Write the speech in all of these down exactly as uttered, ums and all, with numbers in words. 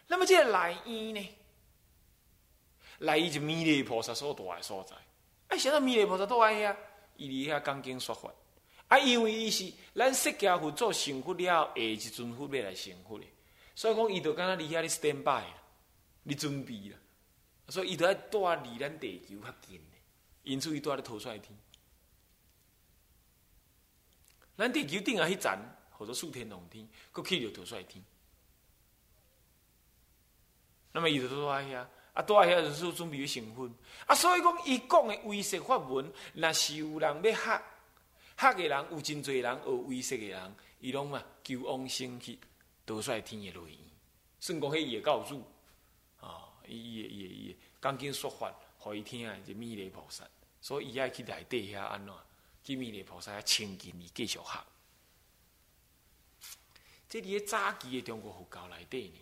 那么这个来依呢？来依就弥勒菩萨所住的所在。啊，想到弥勒菩萨住在遐，伊伫遐讲经说法。啊，因为伊是咱释迦佛做成佛了，下一尊佛要来成佛的，所以讲伊就敢若离遐咧 stand by 啦，你准备啦。所以伊就要住离咱地球较近的，因此伊住咧土帅天。咱地球顶下迄站，或者四天龙天，佮去着土帅天。那么伊就住在遐。啊，住遐就是准备要成婚啊，所以讲伊讲的唯识法文，若是有人要学，学的人有真侪人学唯识的人，伊拢嘛求往生去多帅天的内院，算讲迄伊的教主啊，伊伊伊伊讲经说法，互伊听的就弥勒菩萨，所以伊爱去内底遐安怎，去弥勒菩萨遐亲近伊继续学。这伫个早期的中国佛教内底呢。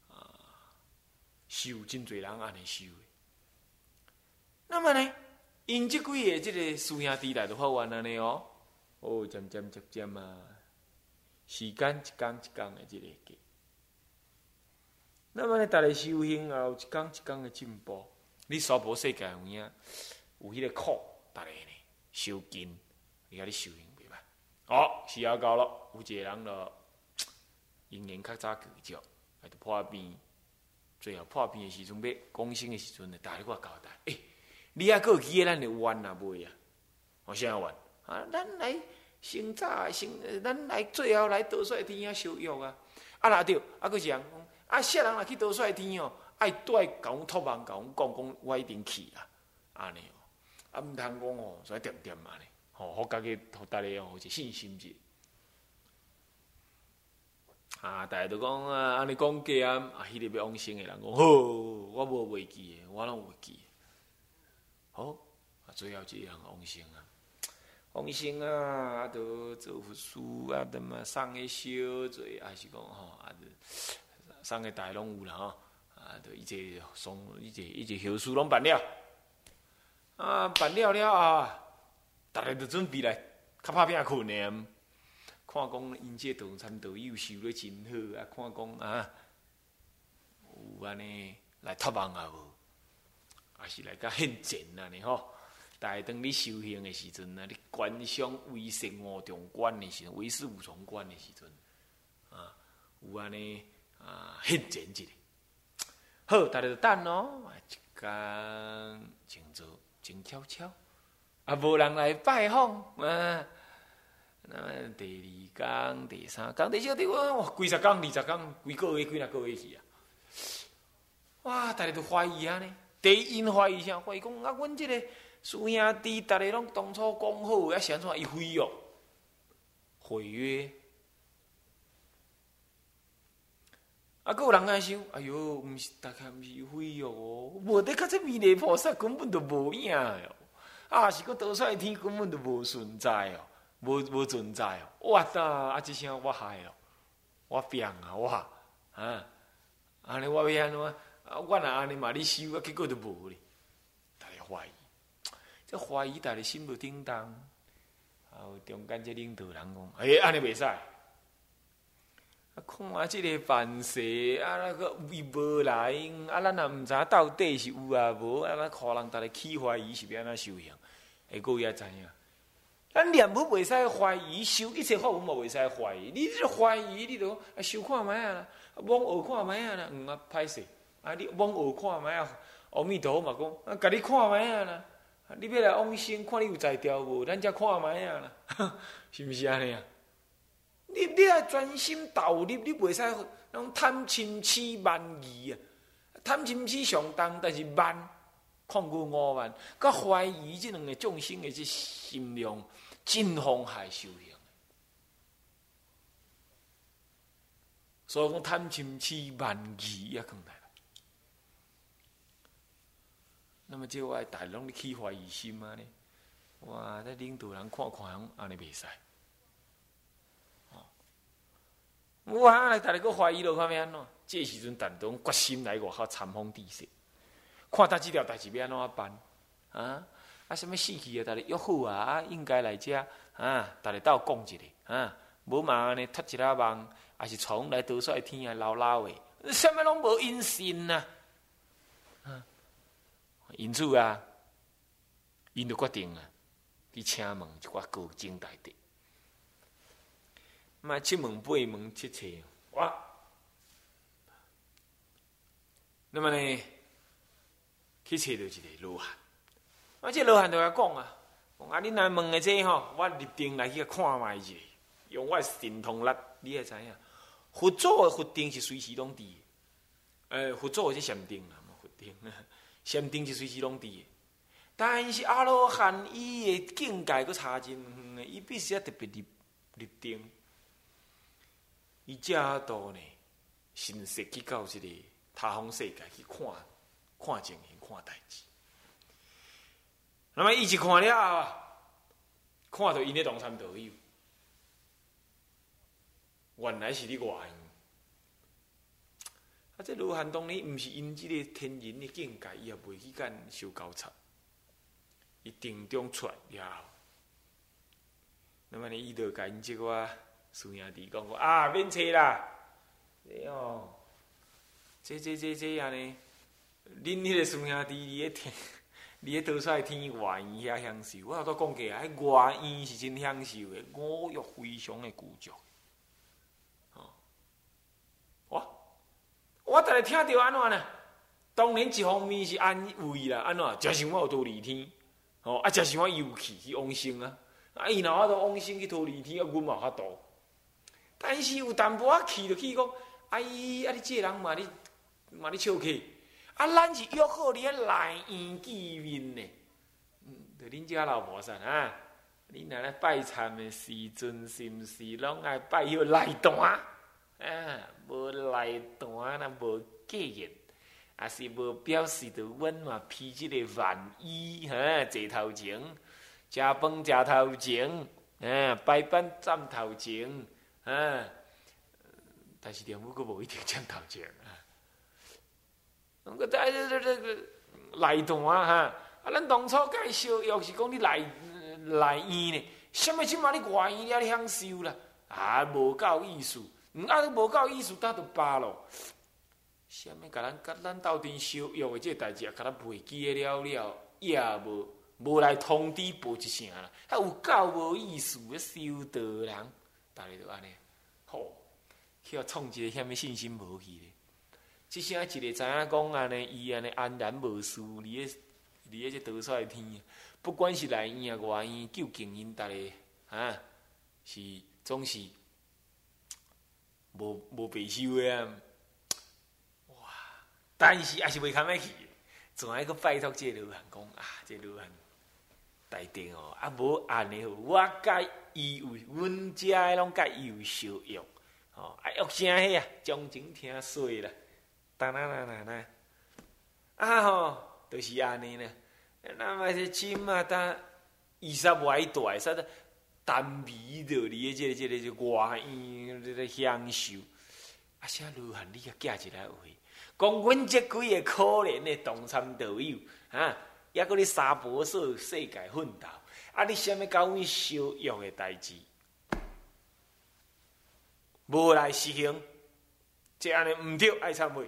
是有真侪人安尼修的。那么呢，因这几个这个师兄弟来就发愿安尼哦，哦，渐渐渐渐啊，时间一天一天的这个过。那么呢，大家修行也有一天一天的进步。你娑婆世界有影，有迄个苦，大家呢修经，你看你修行袂歹。哦，时间到了，有一个人咯，因缘较早拒绝，来就破病。最后破病的时阵，要讲生的时阵，大家我交代，诶、欸，你还佫有记咱的冤啊袂啊？我啥冤啊？咱来先早先，咱来最后来多帅天遐烧药啊！啊那对，啊佫是人讲，啊啥人若去多帅天哦，爱对甲阮托梦，甲阮讲讲，我一定去啦，安尼哦，啊毋通讲哦，所以点点嘛呢，吼，互家己互大家吼一信心者。啊！大家都讲啊，安尼讲假啊，啊，迄、那个要往生的人讲，好，我无袂记的，我拢袂记。好，啊，最后一个人往生啊，往生啊，啊，都做佛事啊，怎么送个烧水，还是讲吼，啊，送个大拢有啦吼，啊，都一切送，一切一切后事拢办了，啊，办了了啊，大家都准备来，较拍拼困呢。看讲因这道参道友修得真好啊！看讲啊，有安尼来托梦啊无，还是来甲献钱啊呢吼？大家当你修行的时阵啊，你观想唯识五重观的时阵，唯识五重观的时阵啊，有安尼啊献钱一个。好，大家就等咯，一天静坐静悄悄，啊，无人来拜访啊。那么第二天、第三天、第四天，哇，几十天、二十天，几个月、几若个月去啊！哇，大家都怀疑啊呢。第一因怀疑啥？怀疑讲啊，阮这个师兄弟，大家拢当初讲好，啊，想怎伊毁约、毁约？啊，还有人爱想，哎哟，毋是，大概毋是毁约哦，无得，较这弥勒菩萨根本就无影哦，啊，是个多帅天根本就无存在哦。无无存在哦！我哒啊！一声我害哦，我病啊！我啊，安尼我要安怎？啊，我若安尼嘛，你修啊，结果就无咧。大家怀疑，这怀疑大家心不叮当。啊，中间这领导人讲，哎，安尼袂使。啊，看这个办事啊，那个伊无来，啊，咱也毋知到底是有啊无，啊，咱可能大家起怀疑是要安怎修行，会各位也知影。咱念佛袂使怀疑，修一切法文嘛袂使怀疑。你这怀疑，你就啊修看卖啊啦，往学看卖啊啦，嗯啊歹势啊！你往学看卖啊，阿弥陀佛嘛讲，啊，甲你看卖啊啦，你要来往生，看你有才调无？咱才看卖啊啦，是毋是安尼啊？你你要专心投入，你袂使拢贪嗔痴慢疑啊！贪嗔痴上重，但是慢。看过五万，甲怀疑这两个众生的这心量，真妨害修行。所以讲贪嗔痴慢疑也讲来了。那么这我大拢咧起怀疑心啊呢？哇！这领导人看看，安尼袂使。哇！来大家个怀疑落，看要安怎？这时阵，大家都决心来外口参访知识。看他这条代志要安怎办啊？啊，什么死去啊？大家约好啊，啊，应该来遮啊，大家斗讲一下啊，无嘛呢，托一下梦，还是从来多帅天啊，老老的什么拢无因信呐、啊，因此啊，因就决定啊，去请问一寡高僧大德，嘛七问八问七切，哇！那么呢，去找到一个罗汉，啊，这罗汉就甲讲啊，讲啊，你来问的这吼，我立定来去看卖一下，用我神通力，你会知影，佛祖的佛定是随时拢伫的，诶，佛祖是禅定啦，佛定，禅定是随时拢伫的。但是阿罗汉伊的境界佫差真远的，伊必须要特别立立定，伊才度呢，神识去到这个他方世界去看，看情形，看代志。那么伊一看了啊，看到因咧同参道友，原来是你外缘。啊，这罗汉当然毋是因这个天人的境界，伊也袂去干受交叉。伊定中出来了，那么呢，伊就甲因即个师兄弟讲讲啊，免找啦，这哦，这这这这样呢，恁迄个师兄弟伫咧天，伫咧倒出来天外院遐享受，我头拄讲过啊，迄外院是真享受的，五欲非常的具足。哦，我我逐日听到安怎呢？当然一方面是安慰啦，安怎？真想我有倒离天。哦，啊，真是我游去去往生啊！啊，伊若我都往生去佗离天，啊，阮嘛较多。但是有淡薄仔气就去讲，阿姨，啊，你这个人嘛，你嘛你笑客，啊，咱是约好伫咧内院见面呢。嗯，就恁遮老婆啥啊？恁若咧拜忏的时阵，是毋是拢爱拜迄内坛？啊，无内坛，那无隔言。也是无表示着阮嘛披即个万衣哈，坐头前，食饭食头前，啊，拜板站头前，啊，但是丈夫佫无一定站头前啊。个在这这这内坛哈，啊，咱当初介绍又是讲你内内院呢，什么即嘛你外院了你享受啦，啊，无够意思，嗯，啊，无够意思，那就罢咯。啥物甲咱甲咱斗阵相约的这个代志，也甲咱袂记了了，也无无来通知报一声啦，还有够无意思的修道人，大家都安尼，吼，去互创一个啥物信心无去咧。即声一个知影讲安尼，伊安尼安然无事，离咧离咧这倒出来天，不管是内院啊外院，究竟因逐个啊是总是无无白修的啊。但是也是袂堪要去，总爱去拜托这个罗汉讲啊，这个罗汉大定哦，啊无安尼好，我甲伊有，阮遮拢甲伊有相约，哦，啊约声迄啊，将情听衰啦，当然啦啦啦，啊吼，就是安尼啦，那么是起码当二十外大，啥的单味着你这个这个这外院这个享受，啊，啥罗汉你也寄一来位。讲阮这几个可怜的同参道友，啊，也搁咧三婆娑世界奋斗，啊，你啥物甲阮相约的代志，无来实行，这安尼毋对，爱忏悔。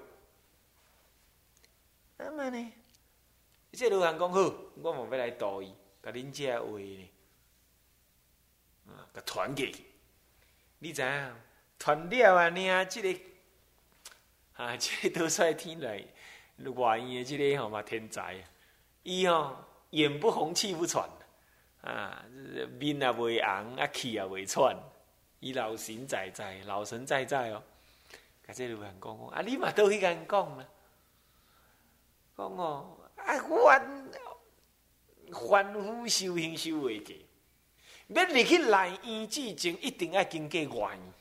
那么呢？这罗汉讲好，我嘛要来度伊，甲恁这话呢，啊，甲传过去。你知影？传了啊，呢，这个。啊，这个倒出来天来，外院的这个吼嘛天才，伊吼眼不红气不喘，啊，面也袂红，啊气也袂喘，伊老神在在，老神在在哦。甲这罗汉讲讲，啊，你嘛倒去甲因讲啦，讲哦，啊，凡凡夫修行修袂过，要入去内院之前，一定要经过外院。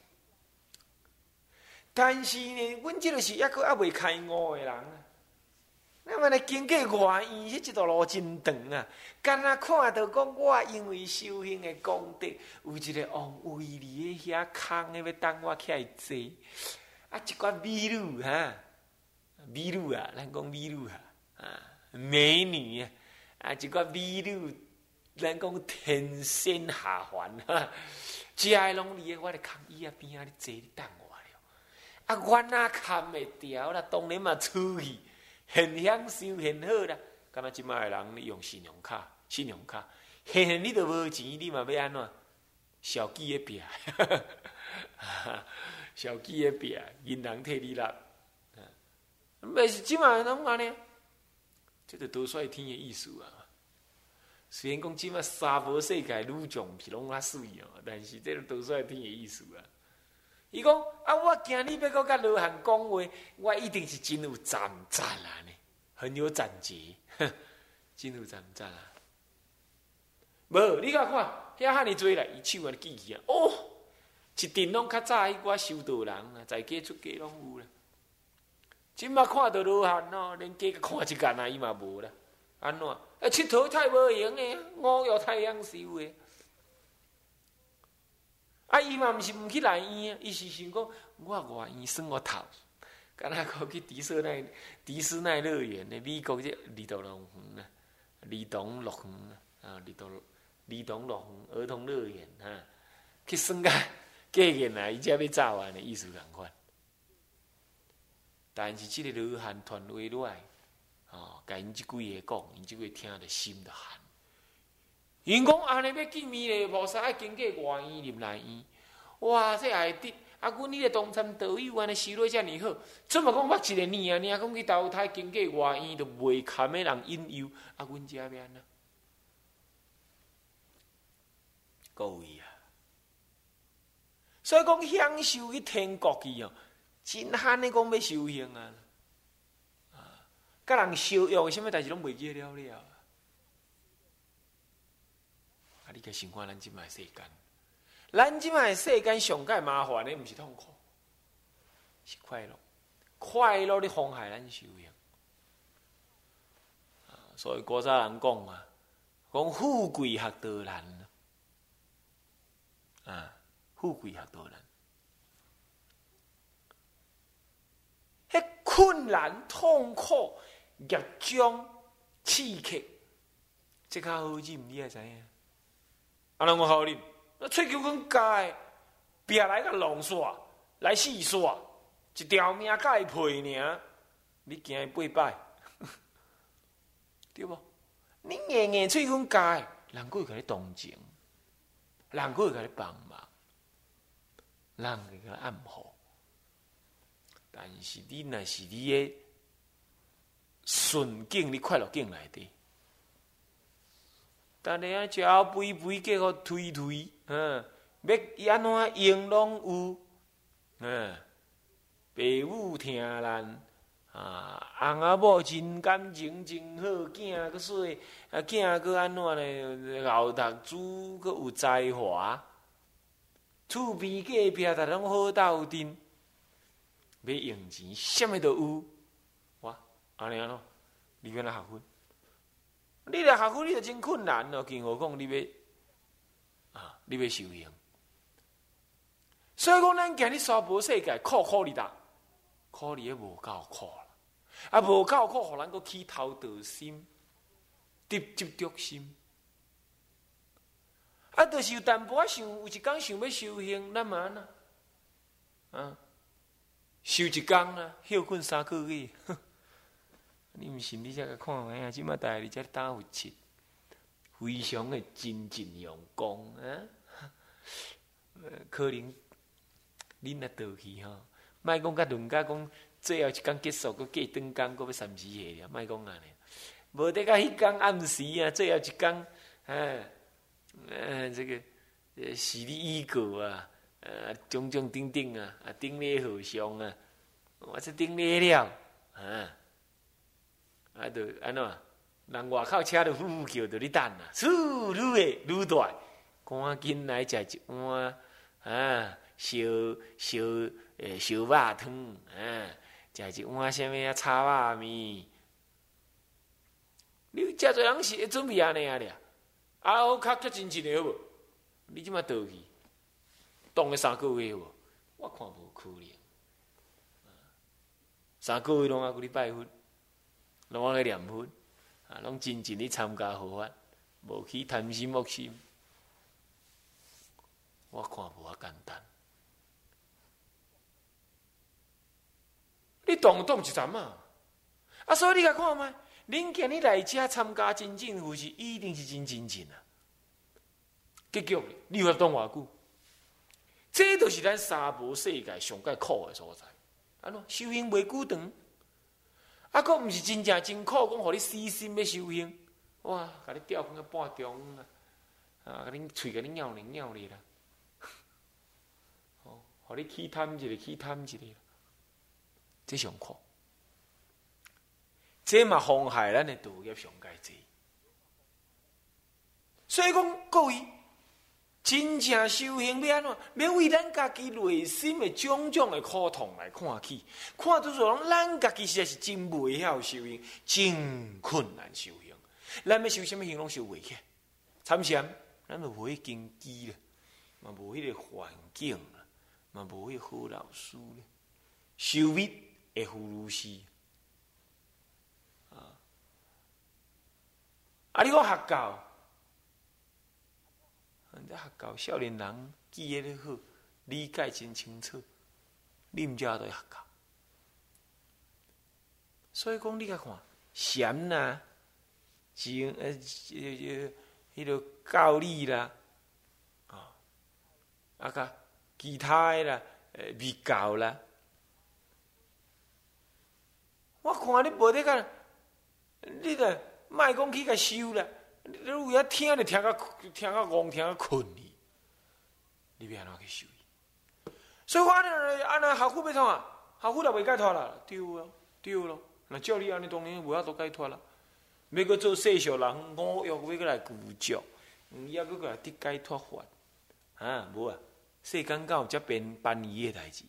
但是呢，阮即个是抑个还未开悟的人啊。那么呢，经过外院，迄一条路真长啊。敢若看到讲，我因为修行的功德，有一个王位伫遐空的，要等我起来坐。啊，一寡美女哈，美女啊，咱讲美女啊，啊，美女啊，啊，一寡美女，咱讲天仙下凡哈，遮个拢伫我的空椅啊边啊，你坐你等我。 啊，我哪看会掉啦？当然嘛，出去很享受，很好啦。敢若即摆的人，你用信用卡，信用卡，嘿嘿，你都无钱，你嘛要安怎？小记的拼，小记的拼，银行替你拿。袂是即摆拢安尼，这就多帅天的意思啊！虽然讲即摆三无世界女将是拢较水哦，但是这个多帅天的意思啊！伊讲啊，我今日要搁甲罗汉讲话，我一定是真有站站啊呢，很有斩节，真有站站啊！无，你甲看，遐遐尼多啦，伊手安尼记起啊，哦，一定拢较早迄寡修道人啊，在家出家拢有啦。即马看到罗汉哦，连家看一眼啊，伊嘛无啦，安怎？啊，佚佗太无用诶，五欲太阳修诶。啊，伊嘛毋是毋去内院啊，伊是想讲，我外院算我头，敢若讲去迪士尼、迪士尼乐园的美国这儿童乐园啊，儿童乐园啊，儿童儿童乐园、儿童乐园哈，去算甲价钱啊，伊才要走安尼意思共款。但是即个罗汉传话落来，哦，甲因即几个讲，因即几个听着心就寒。因讲安尼要见弥勒菩萨，爱经过外院入内院。哇，这也得啊！阮迄个东参道友安尼修了遮尔好，怎么讲捌一个年啊？年讲去投胎经过外院，都袂堪的人引诱，啊，阮遮要安怎？各位啊，所以讲享受去天国去哦，真罕的讲要修行啊！啊，甲人相约，什么代志拢袂记了了。啊，你甲想看咱即摆世间，咱即摆世间上界麻烦的，毋是痛苦，是快乐。快乐的妨害咱修行。啊，所以古早人讲啊，讲富贵学道难啊，富贵学道难。迄困难、痛苦、业障、刺激，这较好忍，你也知影。啊，人我好忍，那喙球更加，拼来个弄煞，来死煞，一条命甲伊赔尔，你惊伊八摆，对无？你硬硬喙球加，人佫会甲你同情，人佫会甲你帮忙，人会甲你暗护。但是你若是你的顺境，你快乐境内底，但你啊只肥肥计互推推，嗯，要安怎用拢有，嗯，爸母疼咱啊，翁仔某真感情真好，囝个水，啊囝个安怎呢？熬读书个有才华，厝边隔壁逐拢好斗阵。要用钱，什么都有。哇，安尼安怎？你要来学分？你来学分，你就真困难咯。更何况你要啊，你要修行。所以讲，咱今日娑婆世界苦苦哩哒，苦哩也无够苦啦。啊，无够苦，互咱个起头道心、执执着心。啊，就是有淡薄仔想，有一天想要修行，咱嘛安那啊。休一天啊，休困三个月。你毋信？你才甲看下，即马大日才打有七，非常的真正用功啊！可能恁若倒去吼，莫讲甲论家讲，最后一天结束，佮过顿工，佮要三四下了，莫讲安尼。无得甲迄天暗时啊，最后一天，啊，啊，这个呃，是你已过啊。呃，种种等等啊，啊，顶礼和尚啊，我这顶礼了啊，啊，就安怎？人外口车就呼呼叫，就你等啊，厝愈诶愈大，赶紧来食一碗啊，烧烧诶烧肉汤啊，食一碗什么啊炒肉面。你遮侪人是会准备安尼啊咧？啊，我较较真真诶好无？你即马倒去？当个三个月无，我看无可能。三个月拢啊，佮你拜佛，拢啊去念佛，啊，拢真正咧参加好法，无去贪心恶心。我看无啊简单。 你动动一站啊！啊，所以你甲看卖，恁今日来遮参加真正夫是一定是真真正啊。结局你有法当偌久？这就是咱三无世界上界苦的所在。安怎修行袂久长？啊，佫毋是真正真苦，讲互你死心要修行，哇，甲你吊放到半中啊，啊，甲恁喙甲你咬咧咬咧啦，哦，互你起贪一个起贪一个，这上苦。这嘛妨害咱的道业上界济。所以讲各位。真正修行要安怎？要为咱家己内心的种种的苦痛来看起，看到说咱家己实在是真袂晓修行，真困难修行。咱要修什么行拢修袂起，参禅咱就无迄根基啦，嘛无迄个环境啦，嘛无迄好老师咧，修密会负如是。啊，啊！你讲学教？这学校少年人记得好，理解真清楚，你毋才都学校。所以讲，你甲看禅啦，经呃呃迄个教理啦，啊，啊甲其他的啦，呃密教啦，我看你无得干，你著莫讲去甲修啦。你有影听就听到听到戆，听到困去，你要安怎去修？所以我安尼安尼学府要创啊，学府就袂解脱啦，对啊，对咯。那照你安尼当然无法度解脱啦。要搁做世俗人，五欲要搁来具足，伊还搁来得解脱法啊？无啊，世间敢有遮变办伊的代志？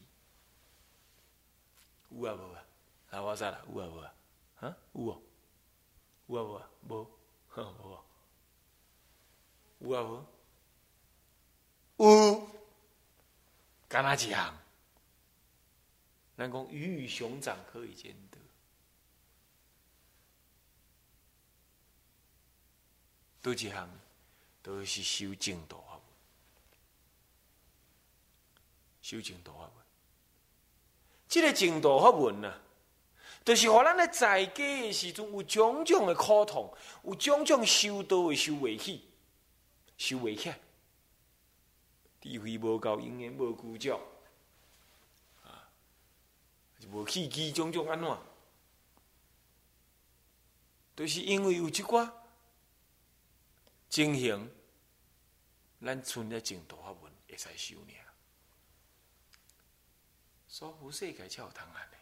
有啊无啊？啊我知啦，有啊无啊？啊有哦，有啊无啊？无。呵，无啊，有啊无？有，干哪一项？咱讲鱼与熊掌可以兼得，倒一项都是修正道法门，修正道法门。这个正道法门啊。就是互咱咧在家的时阵有种种的苦痛，有种种修道的修袂起，修袂起，智慧无够，因缘无具足，啊，无契机，种种安怎？就是因为有即寡情形，咱存咧正道法门会使修尔，所有世界才有通安尼。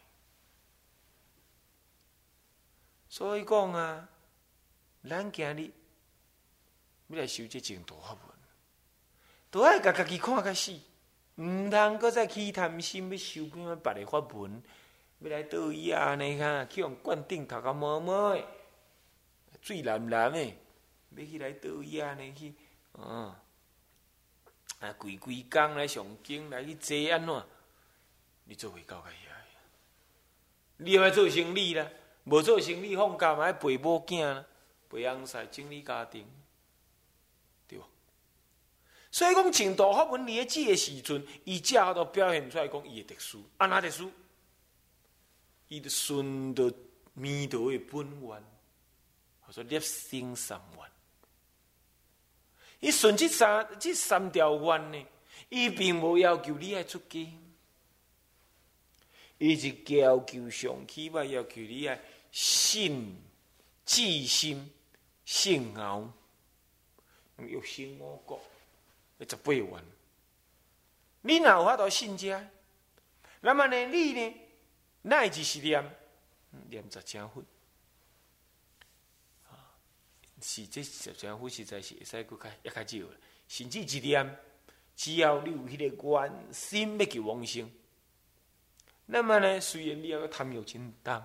所以讲啊，咱今日要来修这正道法门，都爱甲家己看较死，毋通搁再起贪心，要修什么别个法门，要来倒椅啊安尼哈，去用灌顶头壳摸摸的，水蓝蓝的，要去来倒椅安尼去，啊，啊，规规工来上经来去坐安怎？你做袂到个遐，你要做生理啦。无做生理放假嘛，爱陪某囝啦，陪翁婿整理家庭，对吧？所以讲正道法门，你喺这个时阵，伊才都表现出来讲伊的特殊，安那特殊？伊就顺着弥陀的本愿，或者立心三愿。伊顺这三这三条愿呢，伊并无要求你爱出家。伊是要求上起码要求你爱信、至心、信后，欲生我国，十八愿。你若有法度信遮，那么呢，你呢，乃至是念念十正分，啊，是这十正分实在是会使搁较也较少，甚至一念，只要你有迄个愿心要求往生。那么呢，虽然你要贪欲真重，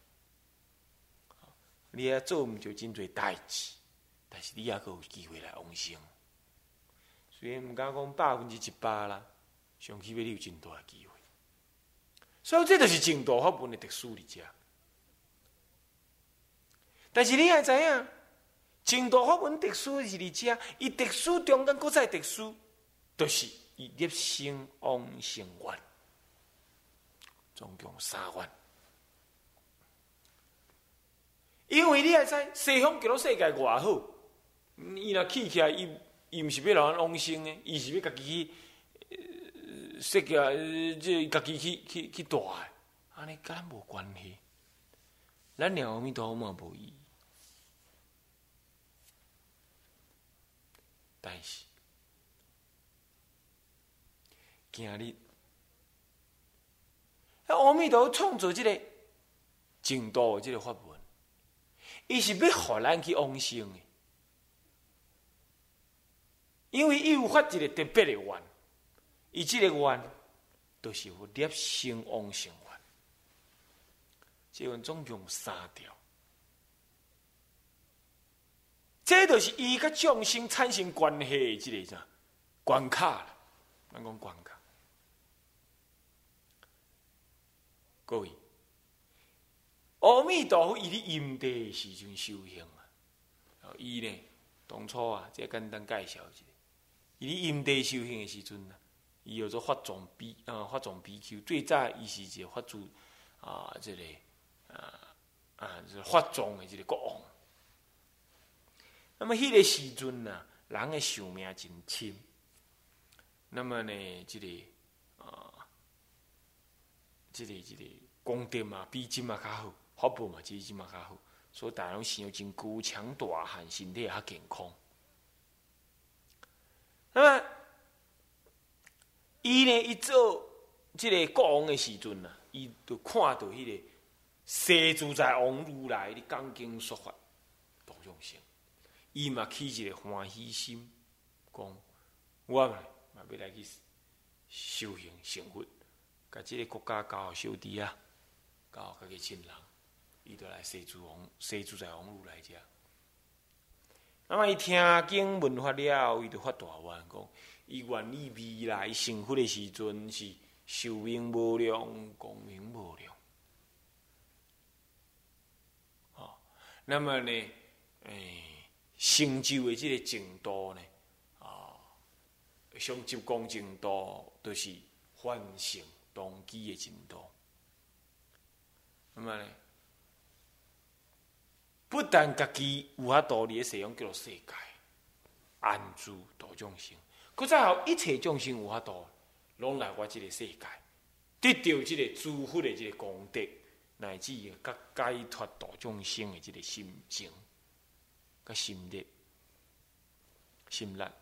你也做唔着真侪代志，但是你也阁有机会来往生。虽然唔敢讲百分之一百啦，上起码你有真大的机会。所以这就是正道法门的特殊伫遮。但是你也知影，正道法门特殊是伫遮，伊特殊中间搁再特殊，就是伊立心往生愿。总共三愿， 因为你也知西方极乐世界偌好，伊若起起来，伊伊毋是要让人往生的，伊是要家己去设计，即家己去去去大的，安尼甲咱无关系。咱念阿弥陀佛嘛无意义，但是今日阿弥陀佛创造即个净土的即个法门，伊是要互咱去往生的，因为伊有发一个特别的愿，伊即个愿就是有立生往生愿。这愿总共有三条，这就是伊甲众生产生关系的这个啥关卡啦。咱讲关卡，各位，阿弥陀佛伊咧因地的时阵修行啊，伊呢当初啊，这简单介绍一下，伊咧因地修行的时阵啊，伊叫做法藏比啊，法藏比丘，最早伊是一个法主啊，这个。啊啊！就是法藏的这个国王。那么迄个时阵呢，人的寿命真轻。那么呢，这个啊，这个这个功德嘛，比今嘛较好，福报嘛，比今嘛较好，所以大家拢想要真高强大汉，身体也较健康。那么，伊呢，伊做这个国王的时阵呢，伊就看到迄个。西自在王如来的讲经说法，度众生，伊嘛起一个欢喜心，讲我嘛嘛要来去修行成佛，甲这个国家教好小弟啊，教好家己亲人，伊就来西自王西自在王如来遮。那么伊听经闻法了，伊就发大愿讲，伊愿意未来成佛的时阵是寿命无量，光明无量。那么呢，诶，成就的这个程度呢，啊，上集光程度就是凡圣同居的程度。那么呢，不但家己有法度伫西方极乐世界安住度众生，佮再后一切众生有法度，拢来我这个世界，得到这个诸佛的这个功德。乃至于甲解脱度众生的这个心情、甲心力、心力。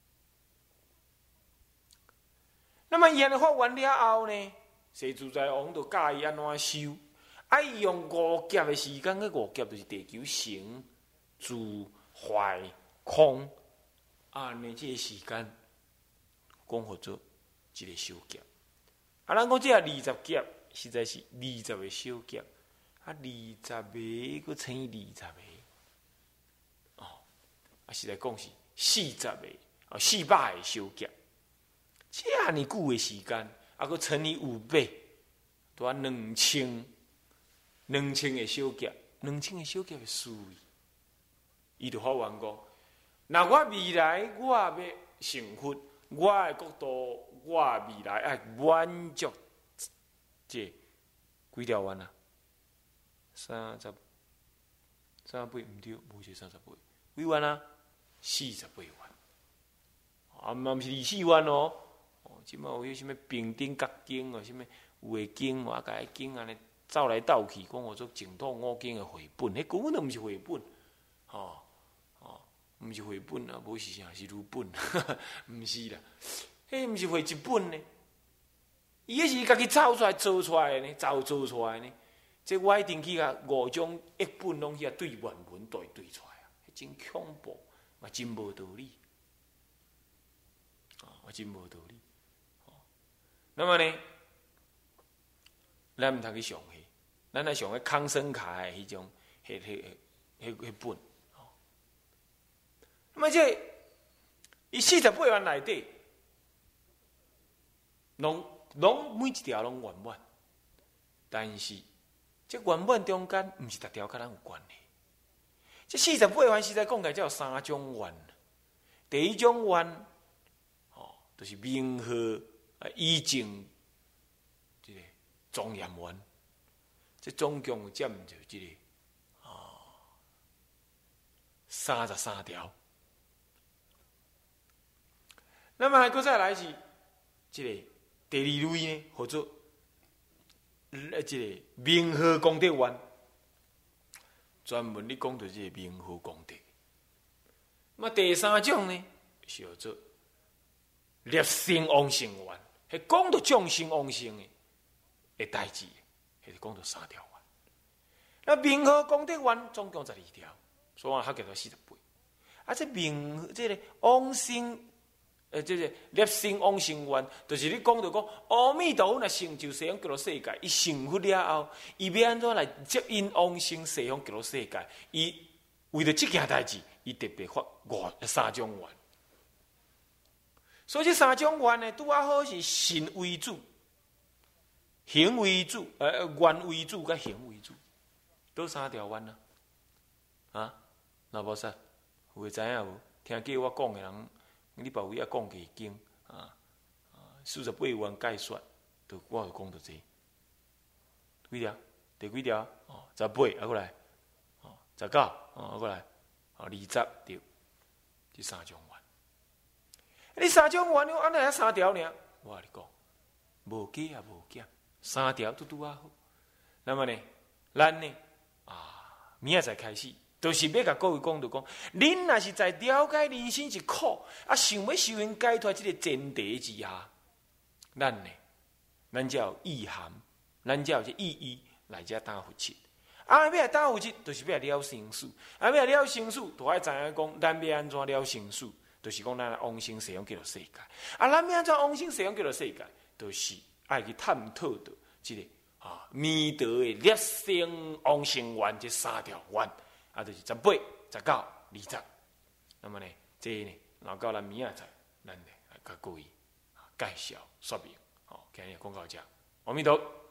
那么伊安尼发完了后呢，西自在王就教伊安怎修，啊，伊用五劫的时间，个五劫就是地球成、住、坏、空，啊，呢这个时间讲好做一个修劫。啊，咱讲这二十劫。实在是二十个小劫，啊，二十个佮乘以二十个，哦，啊，实在讲是四十个，哦，四百个小劫，这样尼久的时间，啊，佮乘以五倍，多两千，两千个小劫，两千个小劫的思维，伊就发愿讲，那我未来我要成佛，我的国度，我的未来爱满足。这几条愿啊？三十、三十八唔对，无是三十八。几愿啊？四十八愿。啊，嘛毋是二四愿哦。哦，即马有迄什么平等觉经哦，什么有诶经，我甲迄经安尼走来走去，讲我做净土五经诶绘本，迄根本都毋是绘本，吼、哦，毋、哦、是绘本啊，无是啥是儒本，毋是啦，迄毋是绘一本呢。伊迄是家己走出来、做出来的呢，造做出来的呢。这我一定去甲五种译本拢去甲对原文对对出来啊，真恐怖，嘛真无道理，啊，嘛真无道理。哦，那么呢，咱毋通去上去，咱来上去康生卡的迄种、迄、迄、迄、迄本。哦，那么这伊四十八愿内底，拢。拢每一条拢圆满，但是这圆满中间毋是逐条甲咱有关系。这四十八愿实在讲起来，才有三种愿。第一种愿，哦，就是名号啊，以正这个庄严愿。这总共占着这个啊三十三条。那么还搁再来是，这个第二类呢，或者呃，这个明和功德丸，专门咧讲到这个明和功德。那么第三种呢，是叫做立生往生丸，是讲到众生往生的的代志，是讲到三条丸。那明和功德丸总共十二条，所以我还叫做四十八。啊，这明这个往生。呃，这个立生往生愿，就是你讲到讲，阿弥陀佛若成就西方极乐世界，伊成佛了后，伊要安怎来接引往生西方极乐世界？伊为了这件代志，伊特别发五三种愿。所以这三种愿呢，拄啊好是信为主，行为主，呃，愿为主，甲行为主，都三条愿啊。啊，老菩萨，有会知影无？听过我讲的人。你别位啊，讲几经啊啊，四十八愿解说，就我就讲到这几条，第几条？哦，十八啊，过来，哦，十九，哦，过来，哦，二十对，这三种愿。你三种愿，你安尼还三条呢？我跟你讲，无加啊，无减，三条都拄啊好。那么呢，咱呢啊，明仔载开始。就是要甲各位讲，就讲，恁若是在了解人生是苦，啊，想要修行解脱这个前提之下，咱呢，咱才有意涵，咱才有这意义来遮打佛七。啊，要来打佛七，就是要来了生死。啊，要来了生死，就爱知影讲，咱要安怎了生死？就是讲，咱往生西方极乐世界。啊，咱要安怎往生西方极乐世界？就是爱去探讨到这个啊，弥陀的立生往生愿这三条愿。啊，就是十八、十九、二十。那么呢，这呢，老到咱明仔载，咱呢来甲各位介绍说明。好，今日讲到这，阿弥陀。